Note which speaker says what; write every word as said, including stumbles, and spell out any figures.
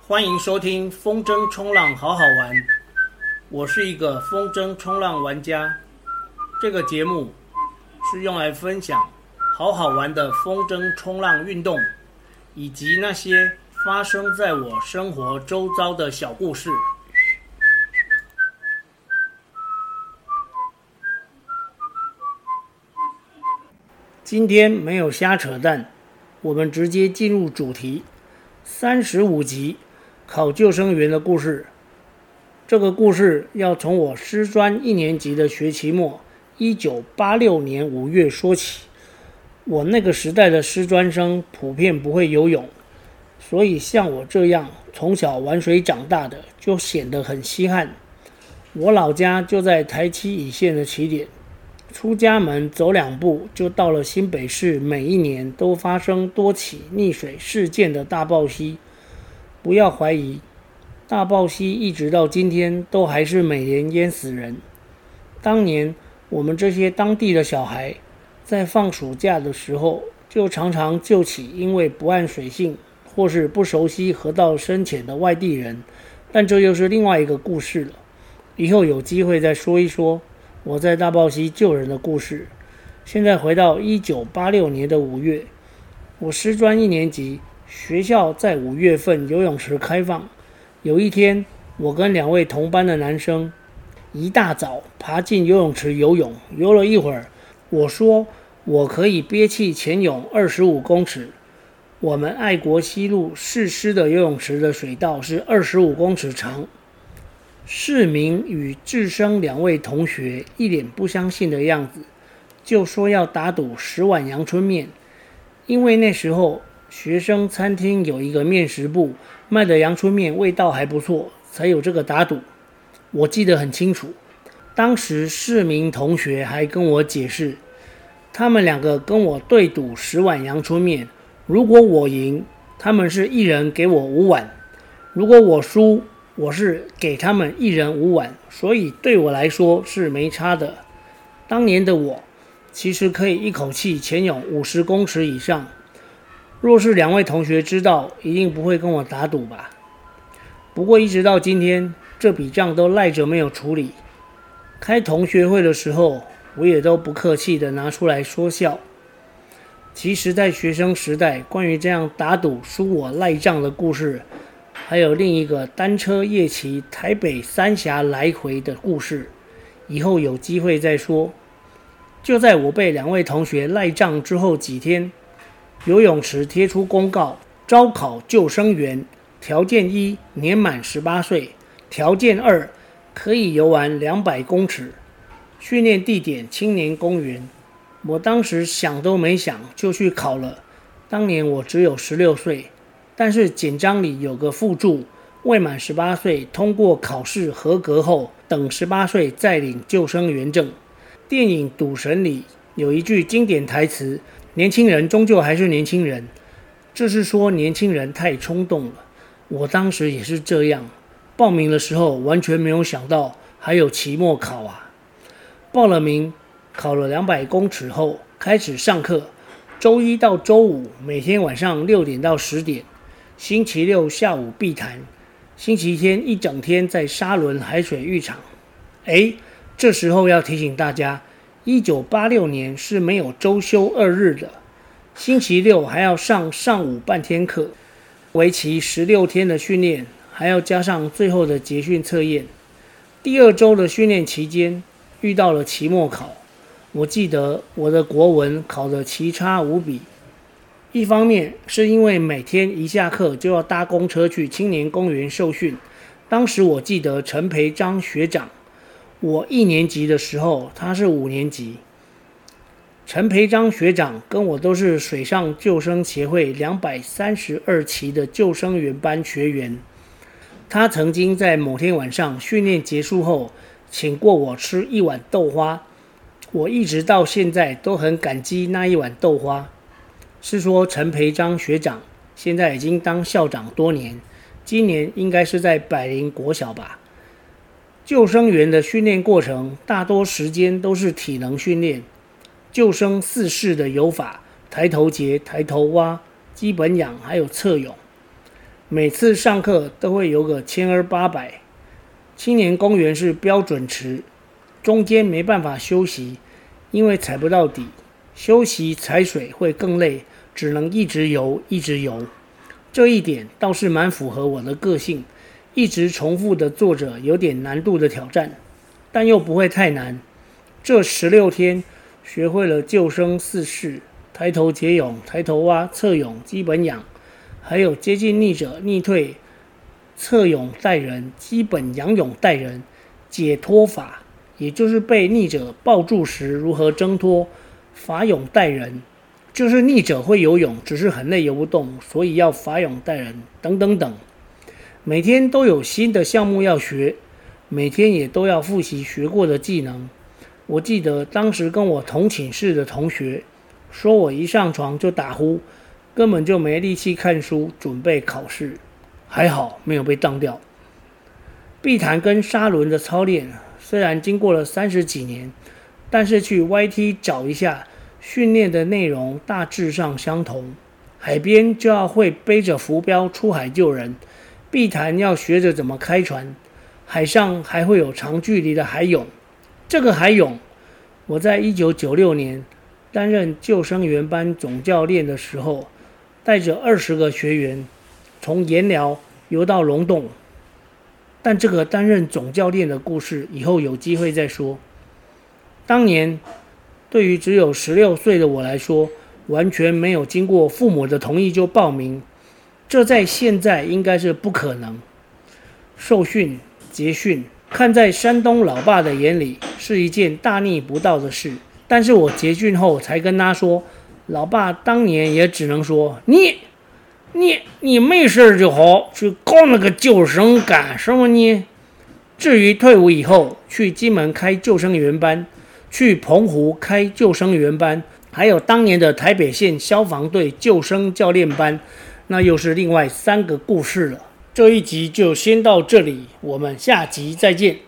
Speaker 1: 欢迎收听风筝冲浪好好玩，我是一个风筝冲浪玩家。这个节目是用来分享好好玩的风筝冲浪运动，以及那些发生在我生活周遭的小故事。今天没有瞎扯淡，我们直接进入主题。三十五集考救生员的故事。这个故事要从我师专一年级的学期末一九八六年五月说起。我那个时代的师专生普遍不会游泳，所以像我这样从小玩水长大的就显得很稀罕。我老家就在台七乙县的起点，出家门走两步就到了新北市每一年都发生多起溺水事件的大豹溪。不要怀疑，大豹溪一直到今天都还是每年淹死人。当年我们这些当地的小孩在放暑假的时候，就常常救起因为不谙水性或是不熟悉河道深浅的外地人，但这又是另外一个故事了。以后有机会再说一说我在大豹溪救人的故事。现在回到一九八六年的五月，我师专一年级，学校在五月份游泳池开放。有一天，我跟两位同班的男生一大早爬进游泳池游泳，游了一会儿，我说我可以憋气潜泳二十五公尺。我们爱国西路市师的游泳池的水道是二十五公尺长。世明与智生两位同学一脸不相信的样子，就说要打赌十碗阳春面，因为那时候学生餐厅有一个面食部，卖的阳春面味道还不错，才有这个打赌。我记得很清楚，当时世明同学还跟我解释，他们两个跟我对赌十碗阳春面，如果我赢，他们是一人给我五碗；如果我输，我是给他们一人五碗，所以对我来说是没差的。当年的我其实可以一口气潜泳五十公尺以上，若是两位同学知道，一定不会跟我打赌吧。不过一直到今天，这笔账都赖着没有处理。开同学会的时候，我也都不客气的拿出来说笑。其实在学生时代，关于这样打赌输我赖账的故事，还有另一个单车夜骑台北三峡来回的故事，以后有机会再说。就在我被两位同学赖账之后几天，游泳池贴出公告，招考救生员，条件一，年满十八岁；条件二，可以游完两百公尺，训练地点青年公园。我当时想都没想就去考了。当年我只有十六岁，但是简章里有个附注，未满十八岁通过考试合格后，等十八岁再领救生员证。电影《赌神》里有一句经典台词，年轻人终究还是年轻人，这是说年轻人太冲动了。我当时也是这样，报名的时候完全没有想到还有期末考啊。报了名，考了两百公尺后开始上课，周一到周五每天晚上六点到十点，星期六下午必谈，星期天一整天在沙仑海水浴场。诶，这时候要提醒大家，一九八六年是没有周休二日的，星期六还要上上午半天课，为期十六天的训练，还要加上最后的结训测验。第二周的训练期间，遇到了期末考。我记得我的国文考得奇差无比，一方面是因为每天一下课就要搭公车去青年公园受训，当时我记得陈培章学长，我一年级的时候他是五年级。陈培章学长跟我都是水上救生协会两百三十二期的救生员班学员。他曾经在某天晚上训练结束后，请过我吃一碗豆花，我一直到现在都很感激那一碗豆花。是说陈培章学长现在已经当校长多年，今年应该是在百灵国小吧。救生员的训练过程大多时间都是体能训练，救生四式的游法，抬头节、抬头蛙、基本仰还有侧泳。 每次上课都会有个千儿八百。青年公园是标准池，中间没办法休息，因为踩不到底。休息踩水会更累，只能一直游一直游。这一点倒是蛮符合我的个性，一直重复的做着有点难度的挑战，但又不会太难。这十六天学会了救生四式：抬头截泳、抬头蛙、侧泳、基本仰，还有接近溺者逆退、侧泳带人、基本仰泳带人、解脱法，也就是被溺者抱住时如何挣脱；法泳带人，就是溺者会游泳，只是很累游不动，所以要法泳带人，等等等。每天都有新的项目要学，每天也都要复习学过的技能。我记得当时跟我同寝室的同学说，我一上床就打呼，根本就没力气看书准备考试，还好没有被当掉。碧潭跟沙轮的操练虽然经过了三十几年，但是去 Y T 找一下，训练的内容大致上相同。海边就要会背着浮标出海救人，碧潭要学着怎么开船，海上还会有长距离的海泳。这个海泳，我在一九九六年担任救生员班总教练的时候，带着二十个学员从盐寮游到龙洞。但这个担任总教练的故事以后有机会再说。当年对于只有十六岁的我来说，完全没有经过父母的同意就报名，这在现在应该是不可能。受训结训，看在山东老爸的眼里是一件大逆不道的事，但是我结训后才跟他说，老爸当年也只能说，你你你没事就好，去搞那个救生干什么呢？至于退伍以后去金门开救生员班，去澎湖开救生员班，还有当年的台北县消防队救生教练班，那又是另外三个故事了。这一集就先到这里，我们下集再见。